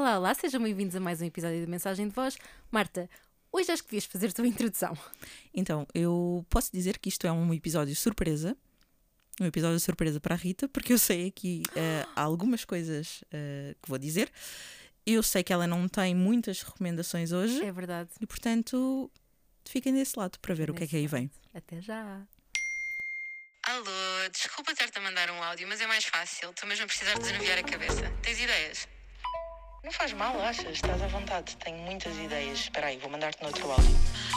Olá, sejam bem-vindos a mais um episódio de Mensagem de Voz. Marta, hoje acho que devias fazer a tua introdução. Então, eu posso dizer que isto é um episódio surpresa. Um episódio surpresa para a Rita, porque eu sei aqui há algumas coisas que vou dizer. Eu sei que ela não tem muitas recomendações hoje. É verdade. E, portanto, fiquem desse lado para ver o que é que aí vem. Até já. Alô, desculpa ter-te a mandar um áudio, mas é mais fácil. Estou mesmo a precisar desanuviar a cabeça. Tens ideias? Não faz mal, achas? Estás à vontade. Tenho muitas ideias. Espera aí, vou mandar-te no outro áudio.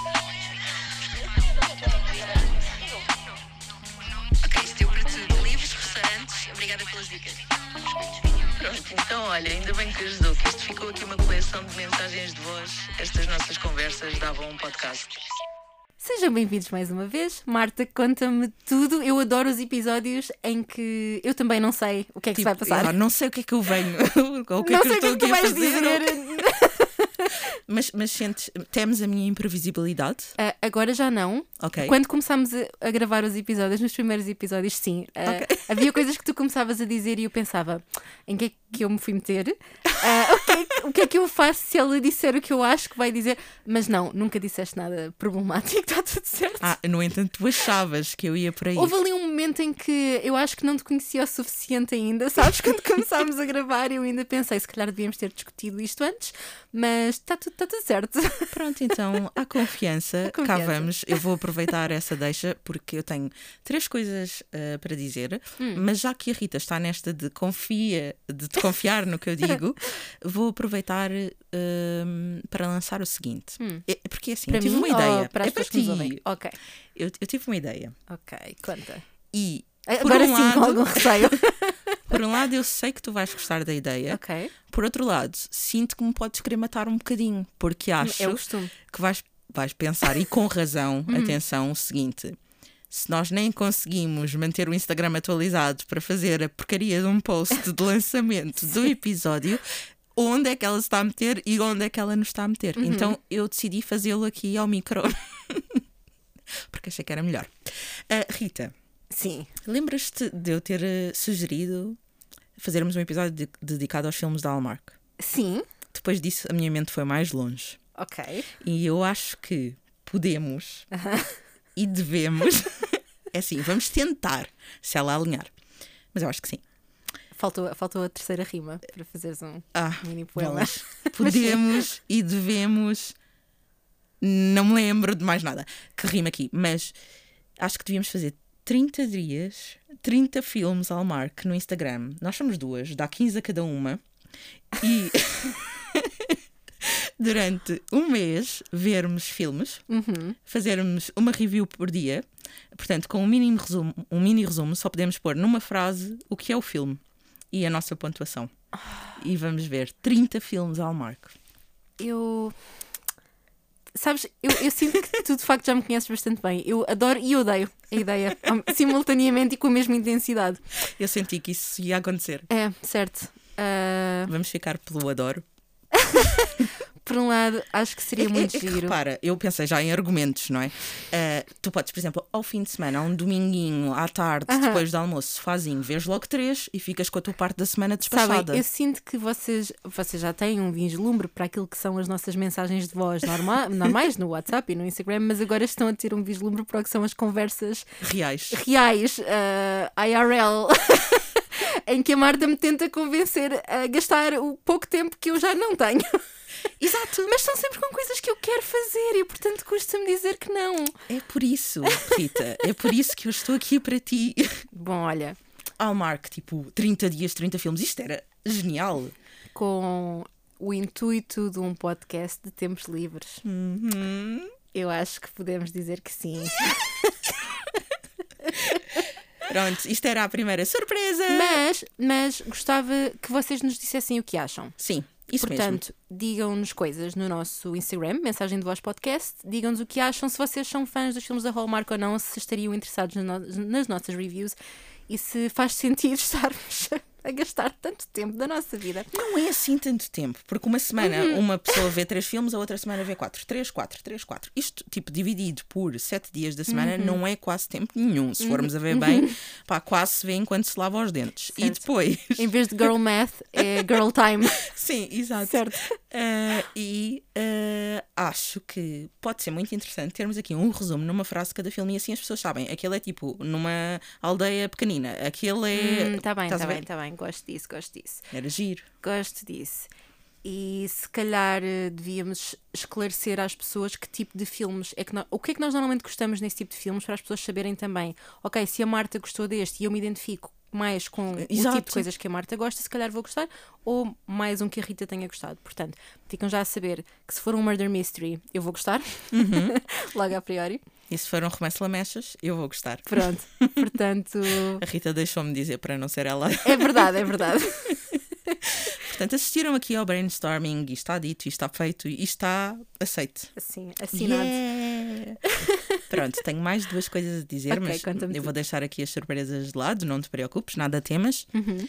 Ok, isto deu para tudo. Livros, restaurantes. Obrigada pelas dicas. Pronto, então olha, ainda bem que ajudou, que isto ficou aqui uma coleção de mensagens de voz. Estas nossas conversas davam um podcast. Sejam bem-vindos mais uma vez. Marta, conta-me tudo. Eu adoro os episódios em que eu também não sei o que é que se vai passar. Não sei o que é que eu venho. Ou o que não é que sei eu o que é estou que tu aqui a vais fazer. dizer. Mas temes a minha imprevisibilidade? Agora já não. Ok. Quando começámos a gravar os episódios, nos primeiros episódios, sim. Ok. Havia coisas que tu começavas a dizer e eu pensava, em que é que eu me fui meter? O que é que eu faço se ela disser o que eu acho que vai dizer? Mas não, nunca disseste nada problemático, está tudo certo. No entanto, tu achavas que eu ia por aí. Houve ali um momento em que eu acho que não te conhecia o suficiente ainda, sabes? Quando começámos a gravar, eu ainda pensei, se calhar devíamos ter discutido isto antes, mas está tudo certo. Pronto, então, à confiança, cá vamos. Eu vou aproveitar essa deixa porque eu tenho 3 coisas para dizer, mas já que a Rita está nesta de te confiar no que eu digo, vou aproveitar para lançar o seguinte. Porque assim, Para eu tive mim uma ideia. para as É para pessoas que nos ti. ouvem? Ok. Eu tive uma ideia. Ok, conta. E, Agora sim, com algum receio. por um lado, eu sei que tu vais gostar da ideia. Ok. Por outro lado, sinto que me podes querer matar um bocadinho, porque acho É o costume. que vais pensar, e com razão, atenção, o seguinte: se nós nem conseguimos manter o Instagram atualizado para fazer a porcaria de um post de lançamento do episódio, onde é que ela se está a meter e onde é que ela nos está a meter? Então eu decidi fazê-lo aqui ao micro, porque achei que era melhor. Rita, Sim. lembras-te de eu ter sugerido fazermos um episódio dedicado aos filmes da Hallmark? Sim. Depois disso, a minha mente foi mais longe. Ok. E eu acho que podemos e devemos. É assim, vamos tentar, se ela alinhar. Mas eu acho que sim. Faltou a terceira rima para fazeres um mini poema. Bolas. Podemos e devemos. Não me lembro de mais nada que rima aqui, mas acho que devíamos fazer 30 dias, 30 filmes Hallmark no Instagram. Nós somos 2, dá 15 a cada uma. E durante um mês vermos filmes, fazermos uma review por dia, portanto, com um mini resumo, só podemos pôr numa frase o que é o filme e a nossa pontuação. E vamos ver 30 filmes Hallmark. Sabes, eu sinto que tu de facto já me conheces bastante bem. Eu adoro e odeio a ideia, simultaneamente e com a mesma intensidade. Eu senti que isso ia acontecer. É, certo. Vamos ficar pelo adoro. Por um lado, acho que seria muito que, giro. repara, eu pensei já em argumentos, não é? Tu podes, por exemplo, ao fim de semana, um dominguinho, à tarde, depois do almoço, sofazinho, vês logo 3 e ficas com a tua parte da semana despachada. Sabem, eu sinto que vocês já têm um vislumbre para aquilo que são as nossas mensagens de voz normais no WhatsApp e no Instagram, mas agora estão a ter um vislumbre para o que são as conversas reais, IRL, em que a Marta me tenta convencer a gastar o pouco tempo que eu já não tenho. Exato. Mas são sempre com coisas que eu quero fazer e, portanto, custa-me dizer que não. É por isso, Rita, é por isso que eu estou aqui para ti. Bom, olha, Hallmark, tipo, 30 dias, 30 filmes, isto era genial. Com o intuito de um podcast de tempos livres, eu acho que podemos dizer que sim. Pronto, isto era a primeira surpresa. Mas gostava que vocês nos dissessem o que acham. Sim. Isso Portanto, mesmo. digam-nos coisas no nosso Instagram, Mensagem de Voz Podcast. Digam-nos o que acham, se vocês são fãs dos filmes da Hallmark ou não, se estariam interessados nas nossas reviews e se faz sentido estarmos a gastar tanto tempo da nossa vida. Não é assim tanto tempo, porque uma semana uma pessoa vê 3 filmes, a outra semana vê 4. 3, 4, 3, 4. Isto, tipo, dividido por 7 dias da semana, não é quase tempo nenhum. Se formos a ver bem, pá, quase se vê enquanto se lava os dentes. Certo. E depois... Em vez de girl math, é girl time. Sim, exato. Certo. Acho que pode ser muito interessante termos aqui um resumo numa frase de cada filme e assim as pessoas sabem. Aquele é tipo numa aldeia pequenina. Aquele é... Tá bem, Estás a tá ver? bem, tá bem. Gosto disso. Era giro. Gosto disso. E se calhar devíamos esclarecer às pessoas que tipo de filmes é que o que é que nós normalmente gostamos nesse tipo de filmes, para as pessoas saberem também. Ok, se a Marta gostou deste e eu me identifico mais com o tipo de coisas que a Marta gosta, se calhar vou gostar, ou mais um que a Rita tenha gostado. Portanto, ficam já a saber que se for um murder mystery eu vou gostar, logo a priori. E se for um romance lamechas, eu vou gostar. Pronto, portanto... A Rita deixou-me dizer para não ser ela. É verdade, é verdade. Portanto, assistiram aqui ao brainstorming e está dito, e está feito, e está aceito. Assim, assinado. Yeah. Pronto, tenho mais 2 coisas a dizer, Ok, mas conta-me eu vou tudo. deixar aqui as surpresas de lado, não te preocupes, nada temas.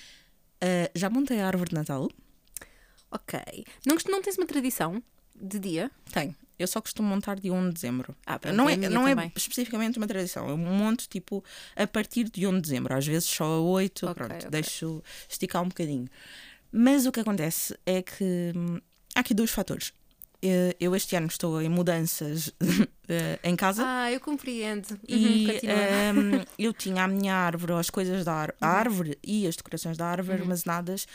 Já montei a árvore de Natal? Ok. Não tens uma tradição de dia? Tenho. Eu só costumo montar de 1 de dezembro. Pronto, Não é é, a minha não é também. especificamente uma tradição. Eu monto tipo a partir de 1 de dezembro. Às vezes só a 8. Ok, Pronto, ok. deixo esticar um bocadinho. Mas o que acontece é que há aqui 2 fatores. Eu este ano estou em mudanças em casa. Eu compreendo. E Continua. eu tinha a minha árvore, as coisas da a árvore e as decorações da árvore armazenadas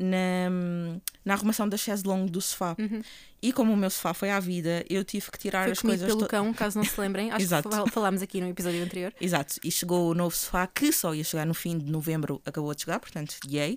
na arrumação da chaise longue do sofá. E como o meu sofá foi à vida, eu tive que tirar Foi as comido coisas pelo cão, caso não se lembrem. Acho Exato. que falámos aqui no episódio anterior. Exato, e chegou o novo sofá que só ia chegar no fim de novembro, acabou de chegar, portanto, yay.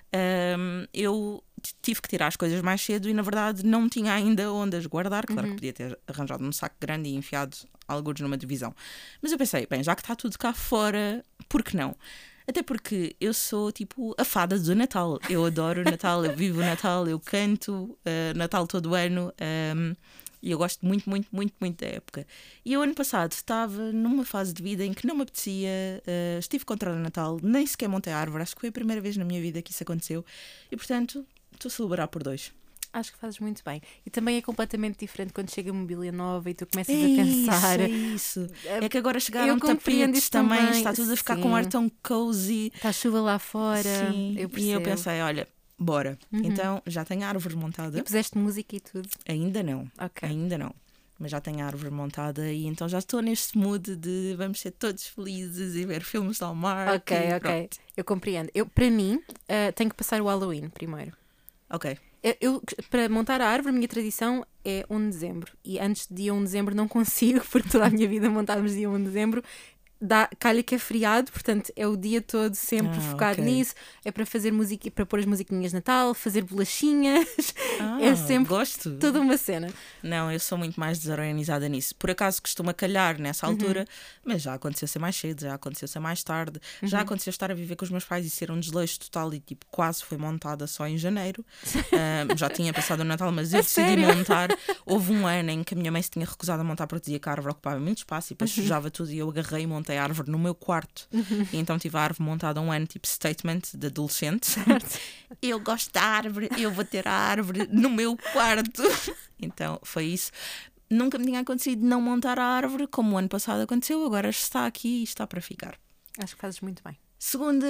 Eu tive que tirar as coisas mais cedo e na verdade não tinha ainda onde as guardar. Claro que podia ter arranjado um saco grande e enfiado alguns numa divisão, mas eu pensei, bem, já que está tudo cá fora, por que não? Até porque eu sou tipo a fada do Natal. Eu adoro o Natal, eu vivo o Natal, eu canto Natal todo ano. E eu gosto muito, muito, muito, muito da época. E o ano passado estava numa fase de vida em que não me apetecia, estive contra o Natal, nem sequer montei a árvore. Acho que foi a primeira vez na minha vida que isso aconteceu. E portanto, estou a celebrar por 2. Acho que fazes muito bem. E também é completamente diferente quando chega a mobília nova e tu começas a pensar. Isso. É que agora chegaram Eu compreendo tapetes isso também, também. está tudo a ficar com um ar Sim. tão cozy. Está a chuva lá fora. Sim. Eu E percebo. eu pensei, olha, bora. Então já tenho a árvore montada. E puseste música e tudo. Ainda não. Ok. Ainda não. Mas já tenho a árvore montada e então já estou neste mood de vamos ser todos felizes e ver filmes ao mar. Ok, e ok. pronto. Eu compreendo. Para mim, tenho que passar o Halloween primeiro. Ok. Para montar a árvore, a minha tradição é 1 de dezembro. E antes de dia 1 de dezembro não consigo, porque toda a minha vida montávamos dia 1 de dezembro. Calha que é feriado, portanto é o dia todo sempre focado ok. nisso. É para fazer música, para pôr as musiquinhas de Natal, fazer bolachinhas. É sempre Gosto. toda uma cena. Não, eu sou muito mais desorganizada nisso. Por acaso costuma calhar nessa altura, mas já aconteceu ser mais cedo, já aconteceu ser mais tarde, já aconteceu estar a viver com os meus pais e ser um desleixo total e tipo quase foi montada só em janeiro. Já tinha passado o Natal, mas eu decidi sério? montar. Houve um ano em que a minha mãe se tinha recusado a montar porque dizia que a árvore ocupava muito espaço e depois sujava tudo e eu agarrei e montei a árvore no meu quarto. E então tive a árvore montada um ano, tipo statement de adolescente. Eu gosto da árvore, eu vou ter a árvore no meu quarto. Então foi isso. Nunca me tinha acontecido não montar a árvore, como o ano passado aconteceu, agora está aqui e está para ficar. Acho que fazes muito bem. Segundo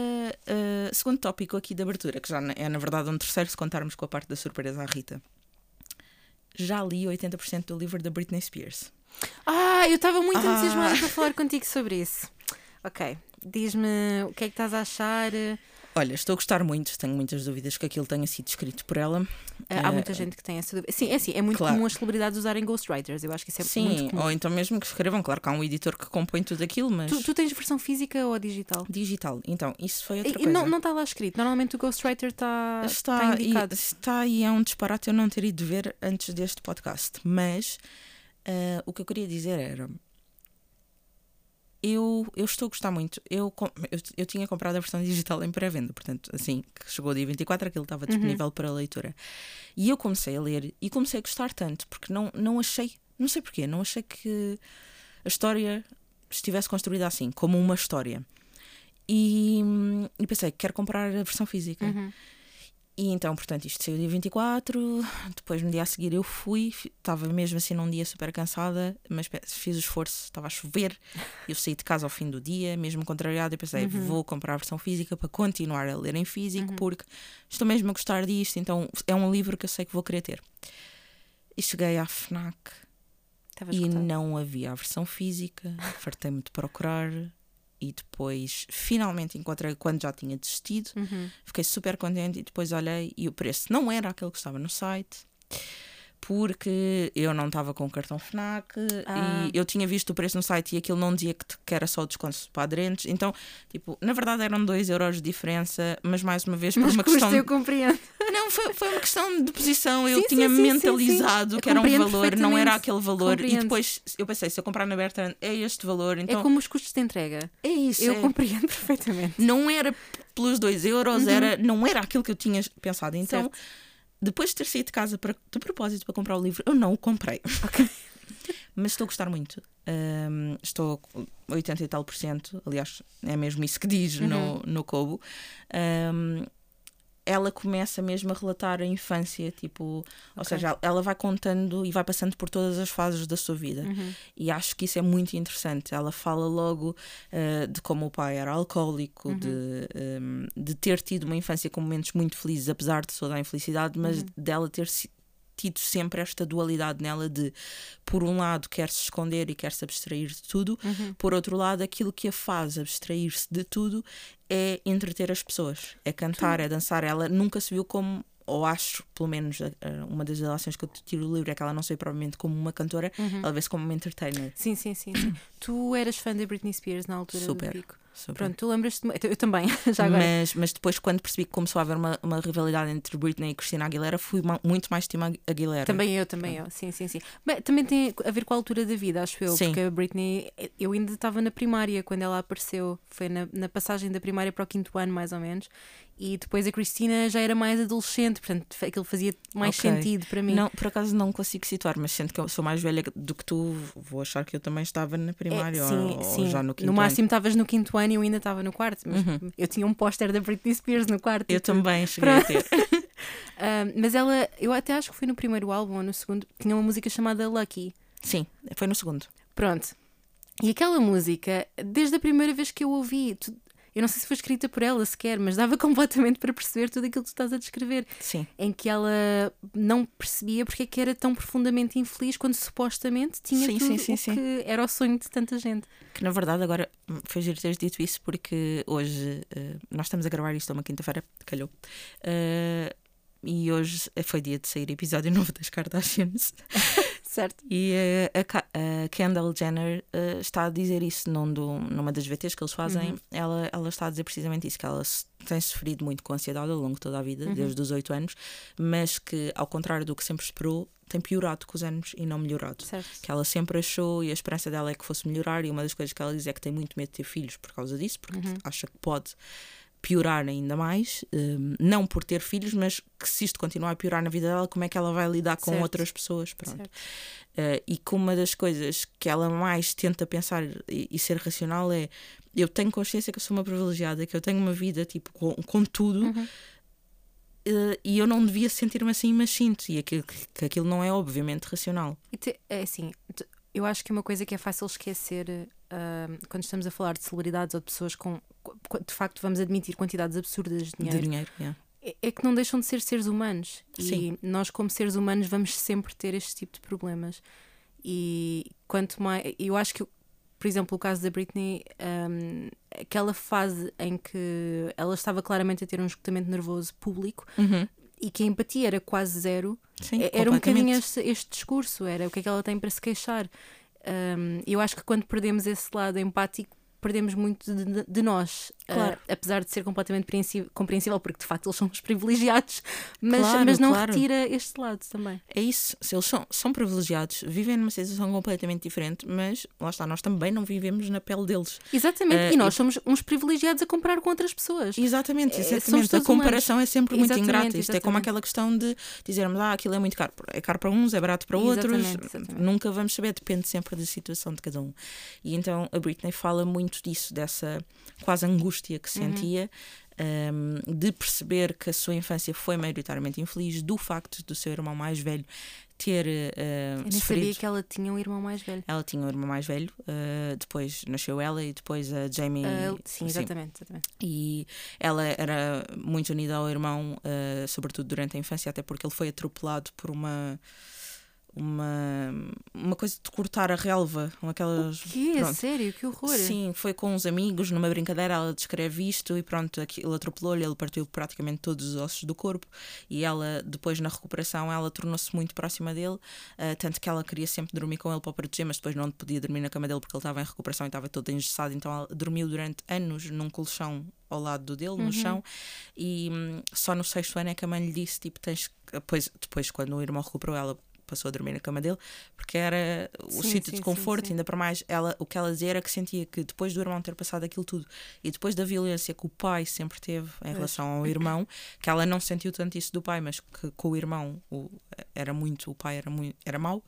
tópico aqui de abertura, que já é na verdade um terceiro se contarmos com a parte da surpresa à Rita. Já li 80% do livro da Britney Spears. Eu estava muito entusiasmada para falar contigo sobre isso. Ok, diz-me o que é que estás a achar. Olha, estou a gostar muito, tenho muitas dúvidas que aquilo tenha sido escrito por ela. Há muita gente que tem essa dúvida. Sim, é assim, é muito Claro. comum as celebridades usarem ghostwriters. Eu acho que isso é muito Sim, comum. ou então mesmo que escrevam, claro que há um editor que compõe tudo aquilo, mas Tu tens versão física ou digital? digital. Então, isso foi outra E coisa. não está lá escrito. Normalmente o ghostwriter está indicado. Está e é um disparate eu não ter ido ver antes deste podcast. Mas o que eu queria dizer era... Eu estou a gostar muito. Eu tinha comprado a versão digital em pré-venda, portanto, assim que chegou o dia 24, aquilo estava disponível para leitura. E eu comecei a ler e comecei a gostar tanto, porque não achei, não sei porquê, não achei que a história estivesse construída assim, como uma história. E pensei, quero comprar a versão física. E então, portanto, isto saiu dia 24, depois no dia a seguir eu fui, estava mesmo assim num dia super cansada, mas fiz o esforço, estava a chover, eu saí de casa ao fim do dia, mesmo contrariada, e pensei, vou comprar a versão física para continuar a ler em físico, porque estou mesmo a gostar disto, então é um livro que eu sei que vou querer ter. E cheguei à FNAC e não havia a versão física, fartei-me de procurar. E depois finalmente encontrei quando já tinha desistido. Fiquei super contente e depois olhei e o preço não era aquele que estava no site, porque eu não estava com o cartão FNAC e eu tinha visto o preço no site e aquilo não dizia que era só o desconto para aderentes. Então, tipo, na verdade eram 2 euros de diferença, mas mais uma vez por uma questão... eu compreendo. Não, foi uma questão de posição. Eu tinha mentalizado que era um valor, não era aquele valor. E depois eu pensei, se eu comprar na Bertrand é este valor. Então... É como os custos de entrega. É isso. Eu compreendo perfeitamente. Não era pelos 2 euros, não era aquilo que eu tinha pensado. Então, certo. Depois de ter saído de casa de propósito para comprar o livro, eu não o comprei. Ok. Mas estou a gostar muito. Estou 80 e tal %. Aliás, é mesmo isso que diz no Kobo. Ela começa mesmo a relatar a infância, tipo, ou seja, ela vai contando e vai passando por todas as fases da sua vida. E acho que isso é muito interessante. Ela fala logo de como o pai era alcoólico, de ter tido uma infância com momentos muito felizes, apesar de toda a infelicidade, mas dela ter tido sempre esta dualidade nela de, por um lado, quer-se esconder e quer-se abstrair de tudo, por outro lado, aquilo que a faz abstrair-se de tudo é entreter as pessoas, é cantar, é dançar. Ela nunca se viu como, ou acho, pelo menos, uma das relações que eu tiro do livro é que ela não se vê provavelmente como uma cantora, ela vê-se como uma entertainer. Sim. Tu eras fã da Britney Spears na altura do pico? Super. Pronto, tu lembras-te? Eu também, já agora. Mas depois, quando percebi que começou a haver uma rivalidade entre Britney e Christina Aguilera, fui muito mais time Aguilera. Também eu. Sim. Mas também tem a ver com a altura da vida, acho eu. Sim. Porque a Britney, eu ainda estava na primária quando ela apareceu. Foi na passagem da primária para o 5º ano, mais ou menos. E depois a Cristina já era mais adolescente, portanto aquilo fazia mais sentido para mim. Não, por acaso não consigo situar, mas sendo que eu sou mais velha do que tu, vou achar que eu também estava na primária ou já no 5º ano. No máximo estavas no 5º ano e eu ainda estava no 4º, mas eu tinha um póster da Britney Spears no 4º. Eu também cheguei a ter. Mas ela, eu até acho que foi no primeiro álbum ou no segundo, tinha uma música chamada Lucky. Sim, foi no segundo. Pronto. E aquela música, desde a primeira vez que eu ouvi, eu não sei se foi escrita por ela sequer, mas dava completamente para perceber tudo aquilo que tu estás a descrever. Sim. Em que ela não percebia porque é que era tão profundamente infeliz quando supostamente tinha tudo o que era o sonho de tanta gente. Que na verdade agora foi giro teres dito isso, porque hoje nós estamos a gravar isto uma quinta-feira, calhou. E hoje foi dia de sair episódio novo das Kardashians. Certo. E a Kendall Jenner está a dizer isso numa das VTs que eles fazem. Ela está a dizer precisamente isso, que ela tem sofrido muito com ansiedade ao longo de toda a vida, desde os 8 anos, mas que, ao contrário do que sempre esperou, tem piorado com os anos e não melhorado. Certo. Que ela sempre achou, e a esperança dela é que fosse melhorar, e uma das coisas que ela diz é que tem muito medo de ter filhos por causa disso, porque acha que pode piorar ainda mais, não por ter filhos, mas que se isto continuar a piorar na vida dela, como é que ela vai lidar com outras pessoas. Pronto. E que uma das coisas que ela mais tenta pensar e ser racional é: eu tenho consciência que eu sou uma privilegiada, que eu tenho uma vida tipo com tudo, e eu não devia sentir-me assim, mas sinto, e que aquilo não é obviamente racional. É assim, eu acho que uma coisa que é fácil esquecer quando estamos a falar de celebridades ou de pessoas com de facto, vamos admitir quantidades absurdas de dinheiro, é que não deixam de ser seres humanos. Sim. E nós, como seres humanos, vamos sempre ter este tipo de problemas. E quanto mais, eu acho que, por exemplo, o caso da Britney, aquela fase em que ela estava claramente a ter um esgotamento nervoso público e que a empatia era quase zero. Sim, era um bocadinho este discurso, era o que é que ela tem para se queixar. Eu acho que quando perdemos esse lado empático, perdemos muito de nós, claro. Apesar de ser completamente compreensível, porque de facto eles são os privilegiados, mas não retira este lado também. É isso, se eles são privilegiados, vivem numa situação completamente diferente, mas lá está, nós também não vivemos na pele deles. Exatamente, e nós somos uns privilegiados a comparar com outras pessoas. Exatamente. A comparação é sempre muito ingrata. Isto é como aquela questão de dizermos, aquilo é muito caro. É caro para uns, é barato para outros. Exatamente. Nunca vamos saber, depende sempre da situação de cada um. E então a Britney fala muito disso, dessa quase angústia angústia que sentia, de perceber que a sua infância foi maioritariamente infeliz, do facto do seu irmão mais velho ter Eu nem sabia que ela tinha um irmão mais velho. Ela tinha um irmão mais velho, depois nasceu ela e depois a Jamie. Sim, exatamente. E ela era muito unida ao irmão, sobretudo durante a infância, até porque ele foi atropelado por uma coisa de cortar a relva. Aquelas, o quê? pronto. Sério? Que horror! Sim, foi com uns amigos numa brincadeira, ela descreve isto e pronto, ele atropelou-lhe, ele partiu praticamente todos os ossos do corpo e ela, depois na recuperação, ela tornou-se muito próxima dele, tanto que ela queria sempre dormir com ele para o proteger, mas depois não podia dormir na cama dele porque ele estava em recuperação e estava todo engessado, então ela dormiu durante anos num colchão ao lado dele, no chão, e só no 6º ano é que a mãe lhe disse, tipo, depois quando o irmão recuperou, ela passou a dormir na cama dele, porque era o sítio de conforto. Sim. Ainda para mais, o que ela dizia era que sentia que depois do irmão ter passado aquilo tudo e depois da violência que o pai sempre teve em relação ao irmão, que ela não sentiu tanto isso do pai, mas que com o irmão o pai era mau.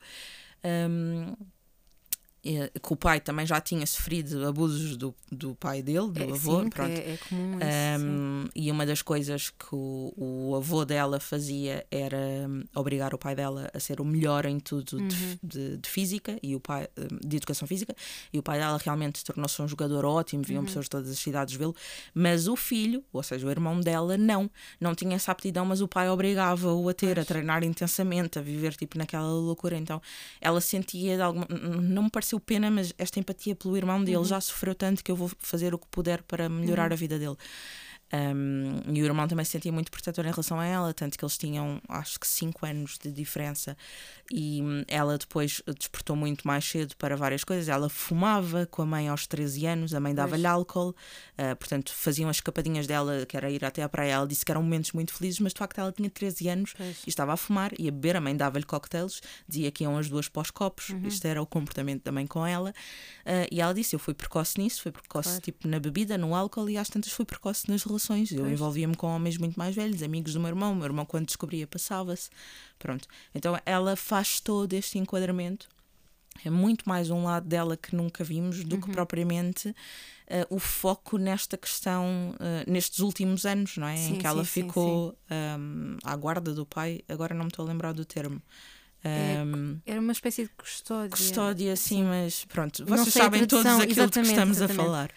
Que o pai também já tinha sofrido abusos do pai dele, do avô. Sim, pronto. É comum isso, e uma das coisas que o avô dela fazia era obrigar o pai dela a ser o melhor em tudo de física e o pai, de educação física, e o pai dela realmente tornou-se um jogador ótimo, vinham pessoas de todas as cidades vê-lo, mas o filho, ou seja, o irmão dela, não tinha essa aptidão, mas o pai obrigava-o a ter, a treinar intensamente, a viver tipo naquela loucura. Então ela sentia de alguma, não me pareceu pena, mas esta empatia pelo irmão dele, já sofreu tanto que eu vou fazer o que puder para melhorar a vida dele. E o irmão também se sentia muito protetor em relação a ela, tanto que eles tinham acho que 5 anos de diferença, e ela depois despertou muito mais cedo para várias coisas. Ela fumava com a mãe aos 13 anos, a mãe dava-lhe álcool, portanto faziam as escapadinhas dela, que era ir até à praia. Ela disse que eram momentos muito felizes, mas de facto ela tinha 13 anos e estava a fumar e a beber. A mãe dava-lhe cocktails, dizia que iam as duas para os copos. Isto era o comportamento da mãe com ela, e ela disse: eu fui precoce nisso, fui precoce tipo na bebida, no álcool, e às tantas fui precoce nas relações. Eu envolvia-me com homens muito mais velhos, amigos do meu irmão. O meu irmão, quando descobria, passava-se. Pronto. Então ela faz todo este enquadramento. É muito mais um lado dela que nunca vimos do que propriamente o foco nesta questão, nestes últimos anos, não é? Em que ela ficou à guarda do pai. Agora não me estou a lembrar do termo. Era uma espécie de custódia. Custódia, sim, mas pronto. Não Vocês sei a sabem todos tradução, aquilo de que estamos exatamente. a falar.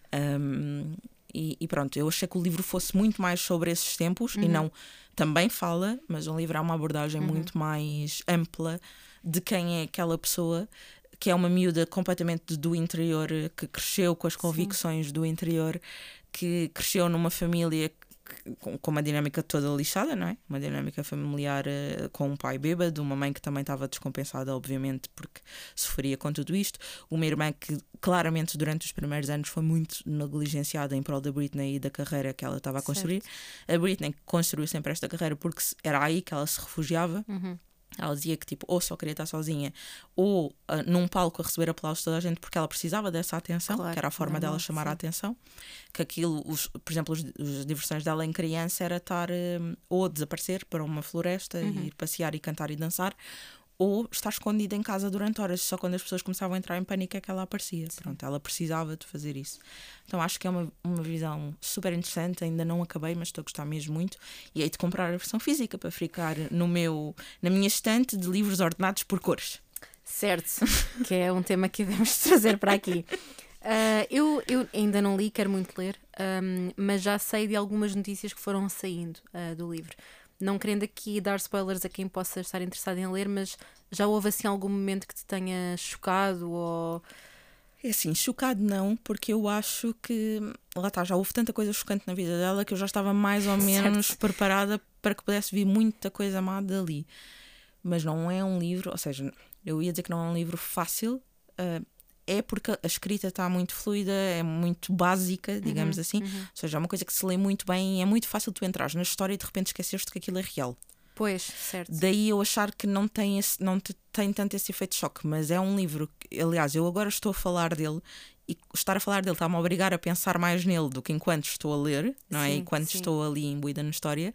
E pronto, eu achei que o livro fosse muito mais sobre esses tempos e não, também fala, mas o livro há uma abordagem muito mais ampla de quem é aquela pessoa, que é uma miúda completamente do interior, que cresceu com as convicções do interior, que cresceu numa família com uma dinâmica toda lixada, não é? Uma dinâmica familiar com um pai bêbado, uma mãe que também estava descompensada, obviamente, porque sofria com tudo isto, uma irmã que claramente durante os primeiros anos foi muito negligenciada em prol da Britney e da carreira que ela estava a construir. A Britney construiu sempre esta carreira porque era aí que ela se refugiava. Ela dizia que tipo, ou só queria estar sozinha ou num palco a receber aplausos de toda a gente, porque ela precisava dessa atenção, que era a forma dela chamar a atenção. Que aquilo, por exemplo, as diversões dela em criança era estar ou desaparecer para uma floresta e ir passear e cantar e dançar, ou estar escondida em casa durante horas. Só quando as pessoas começavam a entrar em pânico é que ela aparecia. Pronto, ela precisava de fazer isso. Então acho que é uma visão super interessante. Ainda não acabei, mas estou a gostar mesmo muito, e hei de comprar a versão física para ficar na minha estante de livros ordenados por cores. Certo, que é um tema que devemos trazer para aqui. Eu ainda não li, quero muito ler, mas já sei de algumas notícias que foram saindo do livro. Não querendo aqui dar spoilers a quem possa estar interessado em ler, mas já houve assim algum momento que te tenha chocado ou... É assim, chocado não, porque eu acho que, lá está, já houve tanta coisa chocante na vida dela que eu já estava mais ou menos preparada para que pudesse vir muita coisa má dali. Mas não é um livro, ou seja, eu ia dizer que não é um livro fácil, é porque a escrita está muito fluida, é muito básica, digamos assim. Ou seja, é uma coisa que se lê muito bem e é muito fácil tu entrares na história e de repente esqueceste que aquilo é real. Pois, certo. Daí eu achar que não tem tanto esse efeito de choque, mas é um livro que, aliás, eu agora estou a falar dele e estar a falar dele está-me a obrigar a pensar mais nele do que enquanto estou a ler, não é? Enquanto estou ali imbuída na história.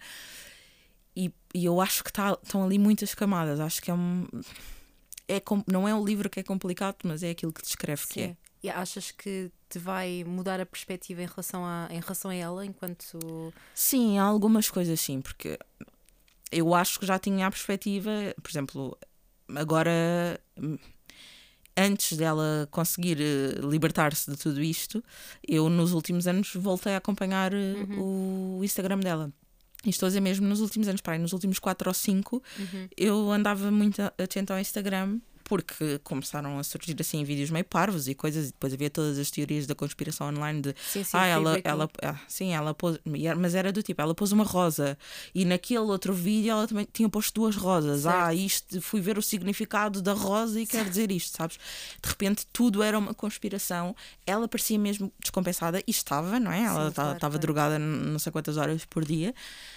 E eu acho que estão ali muitas camadas. Acho que não é um livro que é complicado, mas é aquilo que descreve que é. E achas que te vai mudar a perspectiva em relação a ela, enquanto... Sim, há algumas coisas sim, porque eu acho que já tinha a perspectiva, por exemplo, agora, antes dela conseguir libertar-se de tudo isto, eu nos últimos anos voltei a acompanhar o Instagram dela. E estou a dizer mesmo nos últimos anos, nos últimos 4 ou 5, eu andava muito atenta ao Instagram, porque começaram a surgir assim vídeos meio parvos e coisas, e depois havia todas as teorias da conspiração online de ela pôs, mas era do tipo, ela pôs uma rosa e naquele outro vídeo ela também tinha posto 2 rosas. Isto, fui ver o significado da rosa e quer dizer isto, sabes? De repente tudo era uma conspiração. Ela parecia mesmo descompensada e estava, não é? Ela estava drogada não sei quantas horas por dia.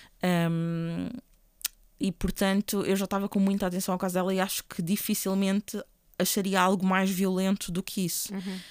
E portanto eu já estava com muita atenção ao caso dela e acho que dificilmente acharia algo mais violento do que isso.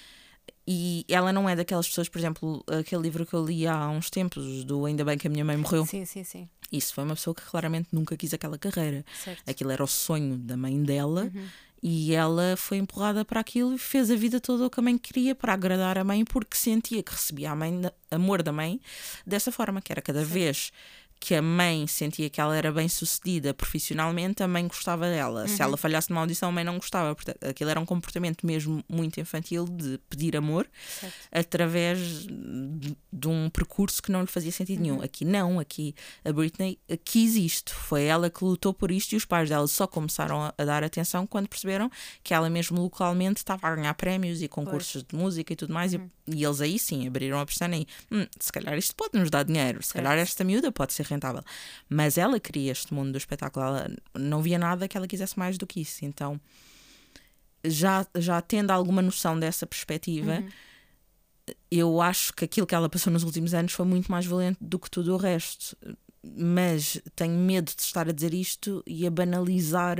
E ela não é daquelas pessoas, por exemplo, aquele livro que eu li há uns tempos, do Ainda Bem que a Minha Mãe Morreu. Sim. Isso foi uma pessoa que claramente nunca quis aquela carreira. Certo. Aquilo era o sonho da mãe dela. E ela foi empurrada para aquilo e fez a vida toda o que a mãe queria para agradar a mãe, porque sentia que recebia amor da mãe dessa forma, que era cada vez que a mãe sentia que ela era bem sucedida profissionalmente, a mãe gostava dela. Se ela falhasse numa audição, a mãe não gostava. Portanto, aquilo era um comportamento mesmo muito infantil de pedir amor através de um percurso que não lhe fazia sentido nenhum. Aqui não, aqui a Britney quis isto. Foi ela que lutou por isto e os pais dela só começaram a dar atenção quando perceberam que ela mesmo localmente estava a ganhar prémios e concursos de música e tudo mais. E eles aí sim abriram a pestana e se calhar isto pode nos dar dinheiro, se calhar esta miúda pode ser rentável. Mas ela queria este mundo do espetáculo, ela não via nada que ela quisesse mais do que isso. Então, já tendo alguma noção dessa perspectiva, eu acho que aquilo que ela passou nos últimos anos foi muito mais violento do que tudo o resto. Mas tenho medo de estar a dizer isto e a banalizar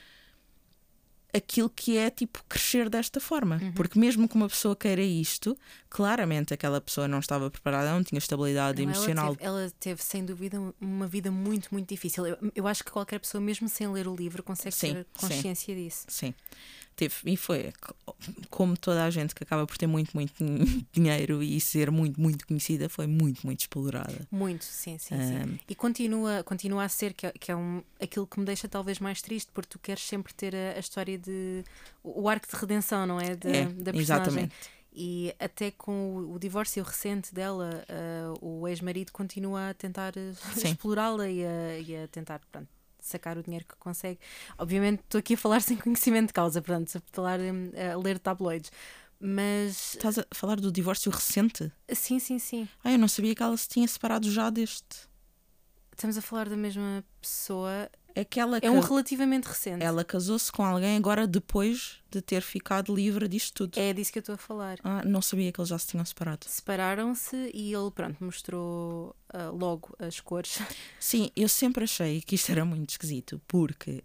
aquilo que é tipo crescer desta forma, porque mesmo que uma pessoa queira isto, claramente aquela pessoa não estava preparada, não tinha estabilidade emocional. Ela teve sem dúvida uma vida muito, muito difícil. Eu acho que qualquer pessoa, mesmo sem ler o livro, consegue ter consciência disso. Sim, teve, e foi como toda a gente que acaba por ter muito, muito dinheiro e ser muito, muito conhecida, foi muito, muito explorada. Muito, sim. E continua a ser, que é aquilo que me deixa talvez mais triste, porque tu queres sempre ter a história de o arco de redenção, não é? Da personagem. Exatamente. E até com o divórcio recente dela, o ex-marido continua a tentar explorá-la e a tentar, pronto, sacar o dinheiro que consegue. Obviamente estou aqui a falar sem conhecimento de causa, portanto, a ler tabloides. Mas... Estás a falar do divórcio recente? Sim. Eu não sabia que ela se tinha separado já deste. Estamos a falar da mesma pessoa. É um relativamente recente. Ela casou-se com alguém agora depois de ter ficado livre disto tudo. É disso que eu estou a falar. Não sabia que eles já se tinham separado. Separaram-se e ele, pronto, mostrou logo as cores. Sim, eu sempre achei que isto era muito esquisito, porque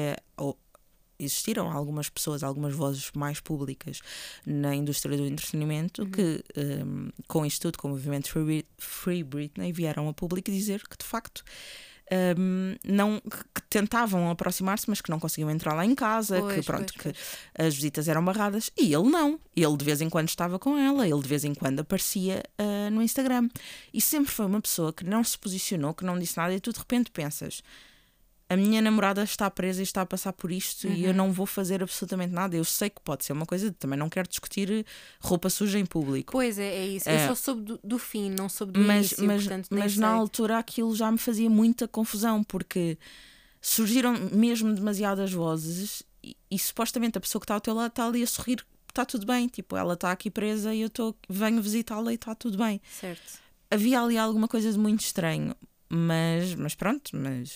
existiram algumas pessoas, algumas vozes mais públicas na indústria do entretenimento que, com isto tudo, com o movimento Free Britney, vieram a público dizer que, de facto, que tentavam aproximar-se, mas que não conseguiam entrar lá em casa, que as visitas eram barradas, e ele não. Ele de vez em quando estava com ela, ele de vez em quando aparecia no Instagram, e sempre foi uma pessoa que não se posicionou, que não disse nada, e tu de repente pensas: a minha namorada está presa e está a passar por isto e eu não vou fazer absolutamente nada. Eu sei que pode ser uma coisa, também não quero discutir roupa suja em público. Pois é isso. Eu só soube do fim, não soube do início. Mas na altura aquilo já me fazia muita confusão, porque surgiram mesmo demasiadas vozes e supostamente a pessoa que está ao teu lado está ali a sorrir, está tudo bem. Tipo, ela está aqui presa e eu venho visitá-la e está tudo bem. Certo. Havia ali alguma coisa de muito estranho, mas pronto,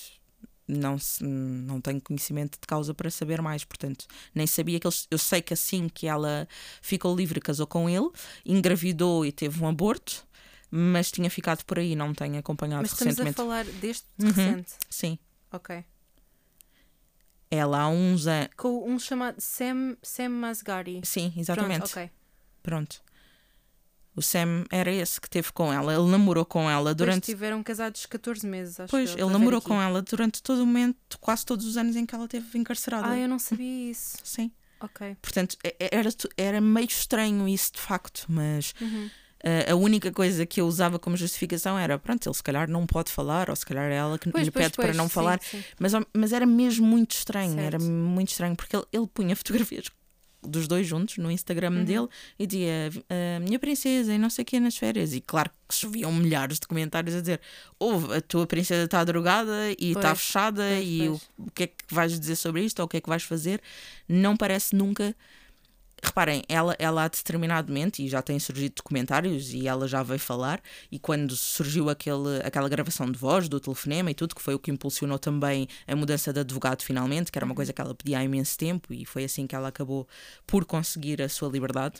não tenho conhecimento de causa para saber mais, portanto nem sabia que eu sei que assim que ela ficou livre, casou com ele, engravidou e teve um aborto, mas tinha ficado por aí, não tenho acompanhado recentemente. Mas estamos a falar deste recente? Sim. Ok. Ela há uns anos... Com um chamado Sam Asghari. Sim, exatamente. Pronto, ok. Pronto. O Sam era esse que teve com ela. Ele namorou com ela durante... Depois tiveram casados 14 meses, acho. Pois, ele namorou com ela durante todo o momento, quase todos os anos em que ela esteve encarcerada. Eu não sabia isso. Sim. Ok. Portanto, era meio estranho isso de facto, mas a única coisa que eu usava como justificação era, pronto, ele se calhar não pode falar, ou se calhar é ela que lhe pede para não falar. Sim. Mas era mesmo muito estranho, Certo. era muito estranho, porque ele punha fotografias dos dois juntos no Instagram dele e dizia minha princesa e não sei o que nas férias, e claro que choviam milhares de comentários a dizer a tua princesa está drogada e está fechada e o que é que vais dizer sobre isto ou o que é que vais fazer. Não parece nunca. Reparem, ela há determinadamente, e já têm surgido documentários e ela já veio falar, e quando surgiu aquela gravação de voz do telefonema e tudo, que foi o que impulsionou também a mudança de advogado finalmente, que era uma coisa que ela pedia há imenso tempo, e foi assim que ela acabou por conseguir a sua liberdade.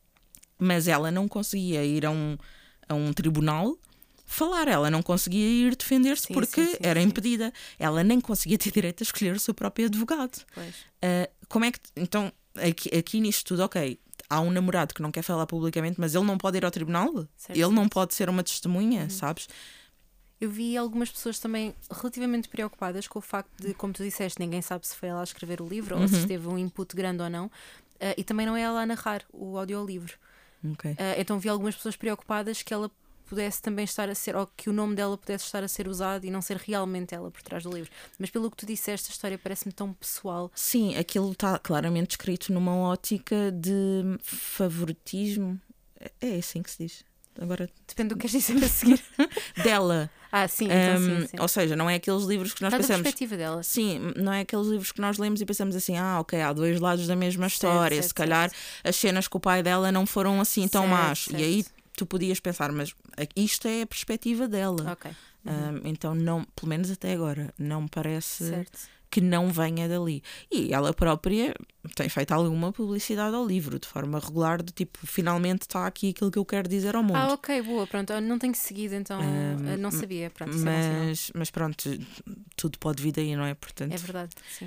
Mas ela não conseguia ir a um tribunal falar, ela não conseguia ir defender-se porque era impedida. Ela nem conseguia ter direito a escolher o seu próprio advogado. Como é que... Então, aqui nisto tudo, ok, há um namorado que não quer falar publicamente, mas ele não pode ir ao tribunal? Ele não pode ser uma testemunha, sabes? Eu vi algumas pessoas também relativamente preocupadas com o facto de, como tu disseste, ninguém sabe se foi ela a escrever o livro ou se teve um input grande ou não, e também não é ela a narrar o audiolivro. Então vi algumas pessoas preocupadas que ela pudesse também estar a ser, ou que o nome dela pudesse estar a ser usado e não ser realmente ela por trás do livro. Mas pelo que tu disseste, a história parece-me tão pessoal. Sim, aquilo está claramente escrito numa ótica de favoritismo. É assim que se diz. Agora depende do que queres dizer a seguir. Dela. Sim, então sim. Ou seja, não é aqueles livros que nós pensamos. pensamos. Da perspectiva dela. Sim, não é aqueles livros que nós lemos e pensamos assim, ok, há dois lados da mesma história. Se calhar as cenas com o pai dela não foram assim tão más. E aí tu podias pensar, mas isto é a perspectiva dela. Então, não, pelo menos até agora, não me parece que não venha dali. E ela própria tem feito alguma publicidade ao livro, de forma regular, de tipo, finalmente está aqui aquilo que eu quero dizer ao mundo. Ok, boa, pronto, eu não tenho seguido, então não sabia. Pronto, mas pronto, tudo pode vir daí, não é? Portanto, é verdade, sim.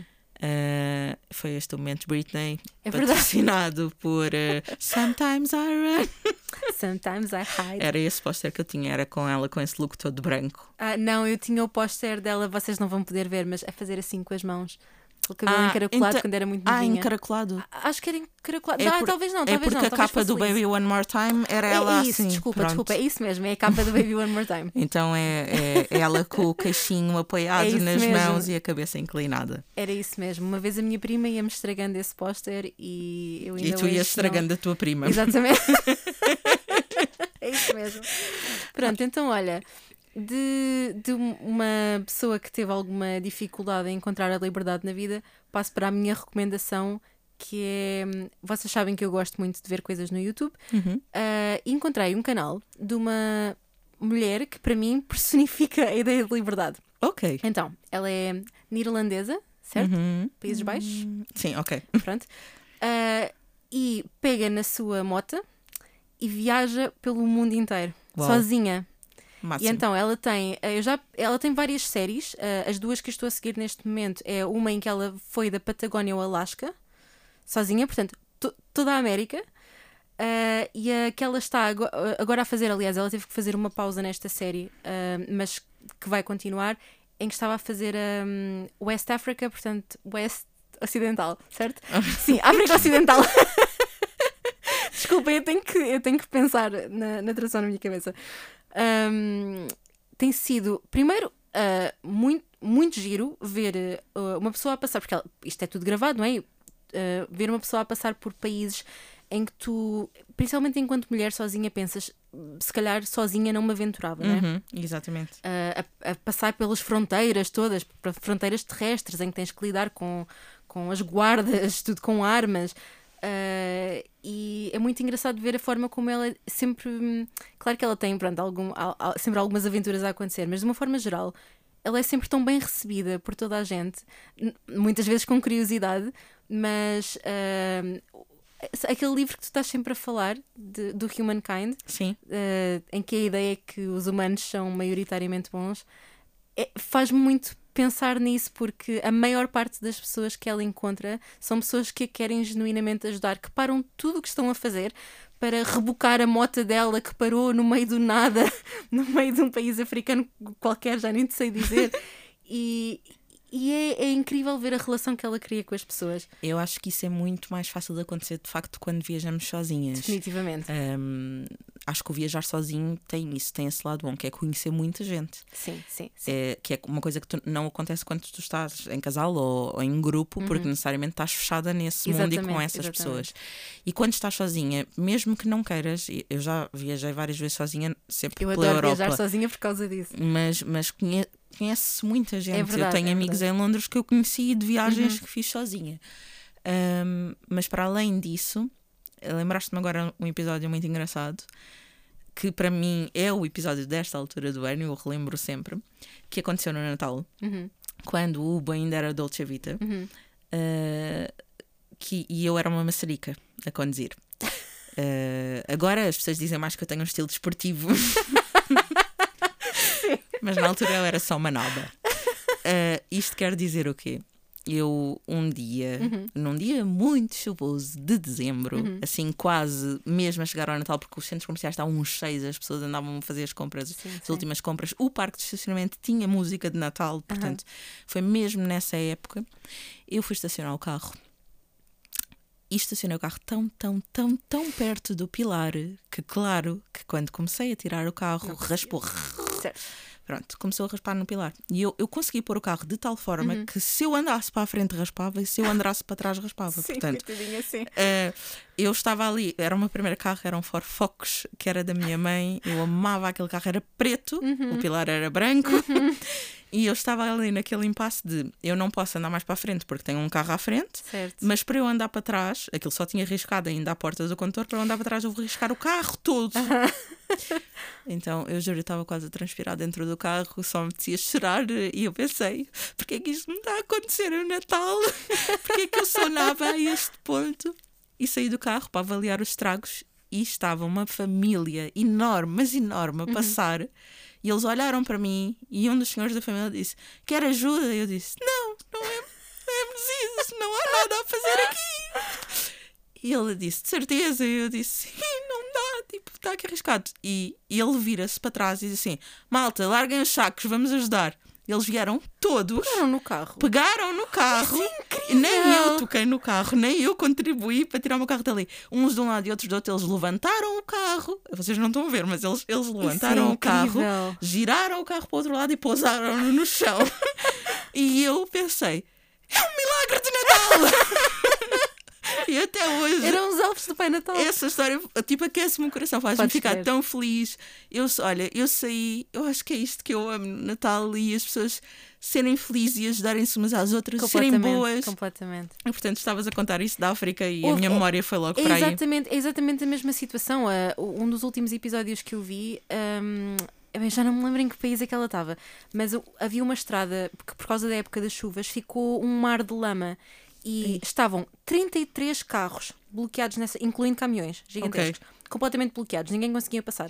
Foi este o momento Britney, patrocinado por Sometimes I Run. Sometimes I Hide. Era esse póster que eu tinha, era com ela com esse look todo branco. Não, eu tinha o póster dela, vocês não vão poder ver, mas a fazer assim com as mãos. O cabelo encaracolado quando era muito novinha. Encaracolado. Acho que era encaracolado. Talvez não. É porque a capa do Baby One More Time era ela isso, assim. Desculpa, é isso mesmo, é a capa do Baby One More Time. Então é ela com o queixinho apoiado nas mãos e a cabeça inclinada. Era isso mesmo. Uma vez a minha prima ia-me estragando esse póster e eu ainda. E tu ias estragando a tua prima. Exatamente. É isso mesmo. Pronto, então olha. De uma pessoa que teve alguma dificuldade em encontrar a liberdade na vida, passo para a minha recomendação, que é... Vocês sabem que eu gosto muito de ver coisas no YouTube. Encontrei um canal de uma mulher que para mim personifica a ideia de liberdade. Ok. Então, ela é neerlandesa, certo? Países Baixos? Sim, ok. Pronto. E pega na sua moto e viaja pelo mundo inteiro, sozinha. Máximo. E então ela tem várias séries. As duas que eu estou a seguir neste momento é uma em que ela foi da Patagónia ao Alasca, sozinha, portanto, toda a América. E a que ela está agora a fazer, aliás, ela teve que fazer uma pausa nesta série, mas que vai continuar, em que estava a fazer West Africa, portanto, West Ocidental, certo? Sim, África Ocidental. Desculpa, eu tenho que pensar na tradução na minha cabeça. Tem sido, primeiro, muito, muito giro ver uma pessoa a passar, porque isto é tudo gravado, não é? Ver uma pessoa a passar por países em que tu, principalmente enquanto mulher sozinha, pensas, se calhar sozinha não me aventurava, não é? Exatamente. A passar pelas fronteiras todas, fronteiras terrestres, em que tens que lidar com as guardas, tudo com armas. E é muito engraçado ver a forma como ela sempre... Claro que ela tem, pronto, sempre algumas aventuras a acontecer, mas de uma forma geral ela é sempre tão bem recebida por toda a gente, muitas vezes com curiosidade, mas aquele livro que tu estás sempre a falar do Humankind, sim. Em que a ideia é que os humanos são maioritariamente bons, faz-me muito pensar nisso, porque a maior parte das pessoas que ela encontra são pessoas que a querem genuinamente ajudar, que param tudo o que estão a fazer para rebocar a moto dela que parou no meio do nada, no meio de um país africano qualquer, já nem te sei dizer. E é incrível ver a relação que ela cria com as pessoas. Eu acho que isso é muito mais fácil de acontecer, de facto, quando viajamos sozinhas. Definitivamente. Acho que o viajar sozinho tem isso, tem esse lado bom, que é conhecer muita gente. Sim. Que é uma coisa que não acontece quando tu estás em casal ou em grupo, porque necessariamente estás fechada nesse mundo e com essas pessoas. E quando estás sozinha, mesmo que não queiras, eu já viajei várias vezes sozinha, sempre eu pela adoro Europa. viajar sozinha por causa disso. Mas conhece muita gente. É verdade, eu tenho amigos em Londres que eu conheci de viagens que fiz sozinha. Mas para além disso, lembraste-me agora um episódio muito engraçado, que para mim é o episódio desta altura do ano, eu relembro sempre, que aconteceu no Natal, quando o Uber ainda era Dolce Vita, e eu era uma maçarica a conduzir. Agora as pessoas dizem mais que eu tenho um estilo desportivo. Mas na altura eu era só uma nova. Isto quer dizer o quê? Eu num dia muito chuvoso de dezembro, assim quase mesmo a chegar ao Natal, porque os centros comerciais estavam cheios, as pessoas andavam a fazer as compras, as últimas compras. O parque de estacionamento tinha música de Natal, portanto foi mesmo nessa época. Eu fui estacionar o carro. E estacionei o carro tão perto do pilar que, claro, que quando comecei a tirar o carro, raspou. Certo. Pronto, começou a raspar no pilar. E eu consegui pôr o carro de tal forma que se eu andasse para a frente raspava e se eu andasse para trás raspava. Sim, portanto, assim. eu estava ali, era o meu primeiro carro, era um Ford Focus, que era da minha mãe. Eu amava aquele carro, era preto, o pilar era branco. E eu estava ali naquele impasse de eu não posso andar mais para a frente porque tenho um carro à frente, certo. mas para eu andar para trás, aquilo só tinha riscado ainda à porta do condutor, para eu andar para trás eu vou riscar o carro todo. Então eu juro, eu estava quase a transpirar dentro do carro, só me apetecia chorar e eu pensei, porque é que isto me está a acontecer no Natal? Porque é que eu sou nova a este ponto? E saí do carro para avaliar os estragos e estava uma família enorme, mas enorme, a passar. E eles olharam para mim e um dos senhores da família disse: quer ajuda? E eu disse: não é preciso, não há nada a fazer aqui. E ele disse: de certeza? E eu disse: sim, não dá, tipo, está aqui arriscado. E ele vira-se para trás e diz assim: malta, larguem os sacos, vamos ajudar. Eles vieram todos. Pegaram no carro. Isso é nem eu toquei no carro, nem eu contribuí para tirar o meu carro dali. Uns de um lado e outros do outro, eles levantaram o carro. Vocês não estão a ver, mas eles levantaram o carro, giraram o carro para o outro lado e pousaram-no no chão. E eu pensei: é um milagre de Natal! E até hoje eram os elfos do Pai Natal. Essa história tipo aquece-me o coração, faz-me ficar tão feliz. Eu saí, eu acho que é isto que eu amo no Natal, e as pessoas serem felizes e ajudarem-se umas às outras, serem boas. Completamente. E portanto estavas a contar isso da África e a minha memória foi logo para aí. É exatamente a mesma situação. Um dos últimos episódios que eu vi, já não me lembro em que país é que ela estava, mas havia uma estrada que por causa da época das chuvas ficou um mar de lama. E estavam 33 carros bloqueados nessa, incluindo caminhões gigantescos, completamente bloqueados, ninguém conseguia passar.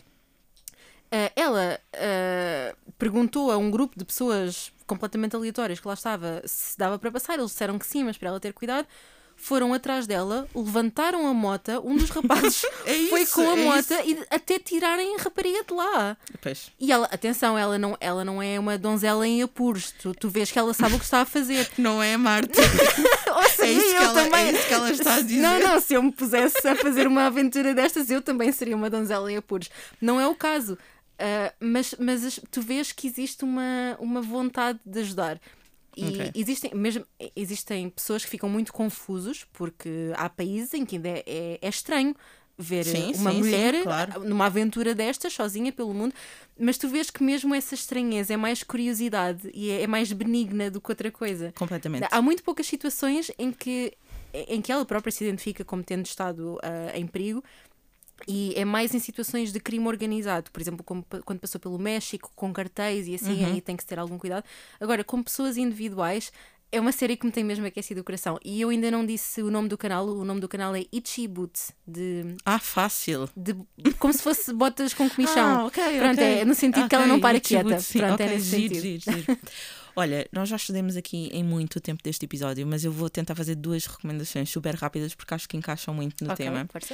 Ela perguntou a um grupo de pessoas completamente aleatórias que lá estava se dava para passar. Eles disseram que sim, mas para ela ter cuidado. Foram atrás dela, levantaram a mota, um dos rapazes foi com a mota e até tirarem a rapariga de lá. Pois. E ela, atenção, ela não é uma donzela em apuros. Tu vês que ela sabe o que está a fazer. Não é, Marta? Ou seja, é isso que ela está a dizer. Não, se eu me pusesse a fazer uma aventura destas, eu também seria uma donzela em apuros. Não é o caso. Mas tu vês que existe uma vontade de ajudar. E existem pessoas que ficam muito confusos, porque há países em que ainda é estranho ver uma mulher numa aventura destas, sozinha pelo mundo, mas tu vês que mesmo essa estranheza é mais curiosidade e é mais benigna do que outra coisa. Completamente. Há muito poucas situações em que ela própria se identifica como tendo estado em perigo. E é mais em situações de crime organizado, por exemplo, quando passou pelo México com cartéis e assim, aí tem que se ter algum cuidado. Agora, com pessoas individuais, é uma série que me tem mesmo aquecido o coração. E eu ainda não disse o nome do canal. O nome do canal é Itchy Boots. Fácil. Como se fosse botas com comichão. Pronto, okay. é no sentido que ela não para quieta. Boots, pronto, é nesse sentido. Giro. Olha, nós já estudemos aqui em muito tempo deste episódio, mas eu vou tentar fazer 2 recomendações super rápidas porque acho que encaixam muito no tema. Força.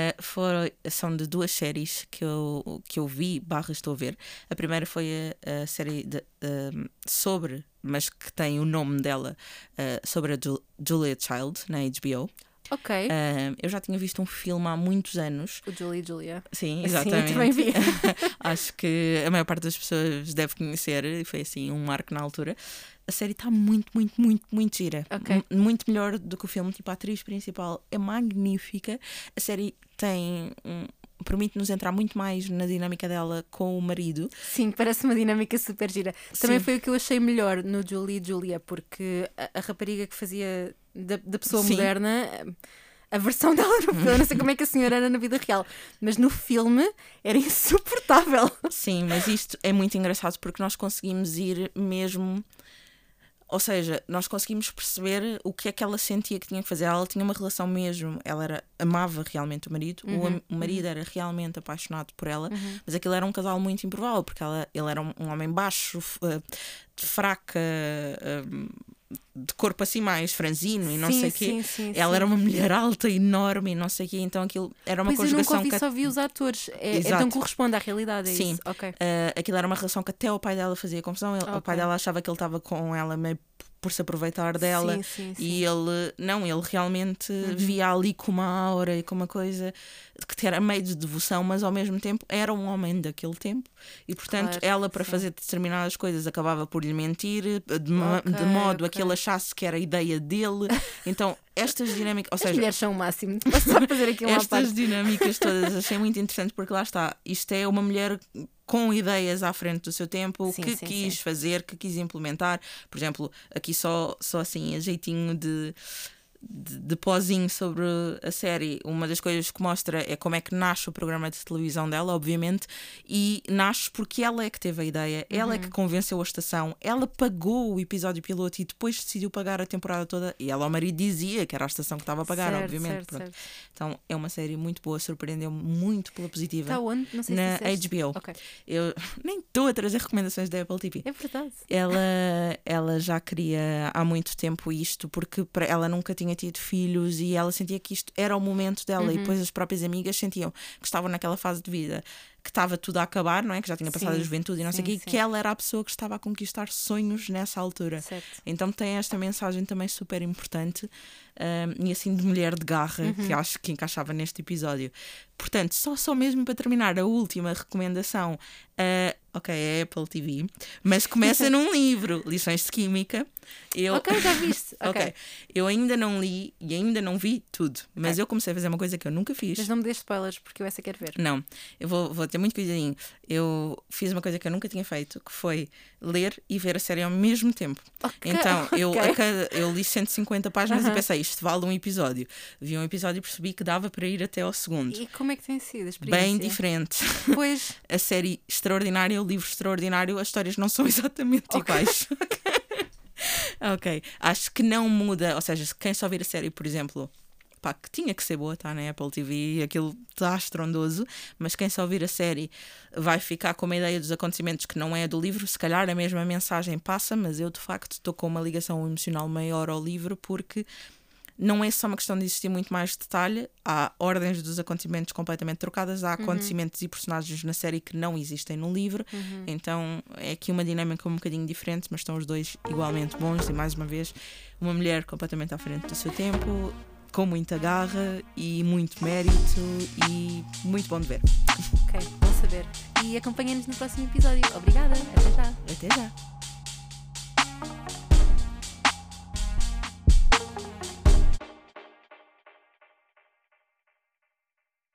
São de 2 séries que eu vi / estou a ver. A primeira foi a série sobre, mas que tem o nome dela, sobre a Julia Child na HBO. Ok. Eu já tinha visto um filme há muitos anos. O Julie e Julia. Sim, exatamente. Sim, também vi. Acho que a maior parte das pessoas deve conhecer e foi assim um marco na altura. A série está muito, muito, muito, muito gira. Ok. Muito melhor do que o filme. Tipo, a atriz principal é magnífica. A série permite-nos entrar muito mais na dinâmica dela com o marido. Sim, parece uma dinâmica super gira. Também Sim. foi o que eu achei melhor no Julie e Julia, porque a rapariga que fazia da pessoa Sim. moderna, a versão dela no filme, eu não sei como é que a senhora era na vida real, mas no filme era insuportável. Sim, mas isto é muito engraçado porque nós conseguimos ir mesmo... Ou seja, nós conseguimos perceber o que é que ela sentia que tinha que fazer. Ela tinha uma relação mesmo, amava realmente o marido, o marido era realmente apaixonado por ela, mas aquilo era um casal muito improvável, porque ele era um homem baixo, fraca, de corpo assim mais franzino e não sei o quê. Ela era uma mulher alta, enorme e não sei o quê, então aquilo era uma conjugação... eu nunca ouvi, só vi os atores. Então corresponde à realidade, é sim. isso? Okay. Aquilo era uma relação que até o pai dela fazia confusão. O pai dela achava que ele estava com ela meio por se aproveitar dela. Sim. E ele realmente via ali com uma aura e com uma coisa que era meio de devoção, mas ao mesmo tempo era um homem daquele tempo e portanto ela para fazer determinadas coisas acabava por lhe mentir de modo a que ele achasse que era a ideia dele. Então estas dinâmicas, ou seja, as mulheres são o máximo, só fazer aquilo estas dinâmicas todas achei muito interessante porque lá está, isto é uma mulher com ideias à frente do seu tempo, que quis fazer, que quis implementar. Por exemplo, aqui só assim a jeitinho de pozinho sobre a série. Uma das coisas que mostra é como é que nasce o programa de televisão dela, obviamente, e nasce porque ela é que teve a ideia, ela é que convenceu a estação, ela pagou o episódio piloto e depois decidiu pagar a temporada toda, e ela ao marido dizia que era a estação que estava a pagar, obviamente. Certo. Então é uma série muito boa, surpreendeu-me muito pela positiva. Está onde? Não sei na se HBO. Okay. Eu nem estou a trazer recomendações da Apple TV. É verdade. Ela já queria há muito tempo isto, porque ela nunca tinha tido filhos e ela sentia que isto era o momento dela, e depois as próprias amigas sentiam que estavam naquela fase de vida que estava tudo a acabar, não é? Que já tinha passado a juventude e não sei o quê, que ela era a pessoa que estava a conquistar sonhos nessa altura. Certo. Então tem esta mensagem também super importante e assim de mulher de garra, que acho que encaixava neste episódio. Portanto, só mesmo para terminar, a última recomendação, é Apple TV, mas começa num livro, Lições de Química. Ok, já viste. Okay. Eu ainda não li e ainda não vi tudo, mas eu comecei a fazer uma coisa que eu nunca fiz. Mas não me dês spoilers, porque eu essa quero ver. Não, eu vou ter muito cuidadinho. Eu fiz uma coisa que eu nunca tinha feito, que foi ler e ver a série ao mesmo tempo. Então, eu li 150 páginas e pensei, isto vale um episódio. Vi um episódio e percebi que dava para ir até ao segundo. E como é que tem sido a experiência? Bem diferente. Pois. A série extraordinária, o livro extraordinário, as histórias não são exatamente iguais. Ok. Acho que não muda, ou seja, quem só vir a série, por exemplo, que tinha que ser boa, está na Apple TV, aquilo está estrondoso, mas quem só vir a série vai ficar com uma ideia dos acontecimentos que não é do livro. Se calhar a mesma mensagem passa, mas eu de facto estou com uma ligação emocional maior ao livro, porque não é só uma questão de existir muito mais detalhe, há ordens dos acontecimentos completamente trocadas, há acontecimentos e personagens na série que não existem no livro, então é aqui uma dinâmica um bocadinho diferente, mas estão os dois igualmente bons, e mais uma vez, uma mulher completamente à frente do seu tempo, com muita garra e muito mérito e muito bom de ver. Ok, bom saber. E acompanha-nos no próximo episódio. Obrigada, até já. Até já.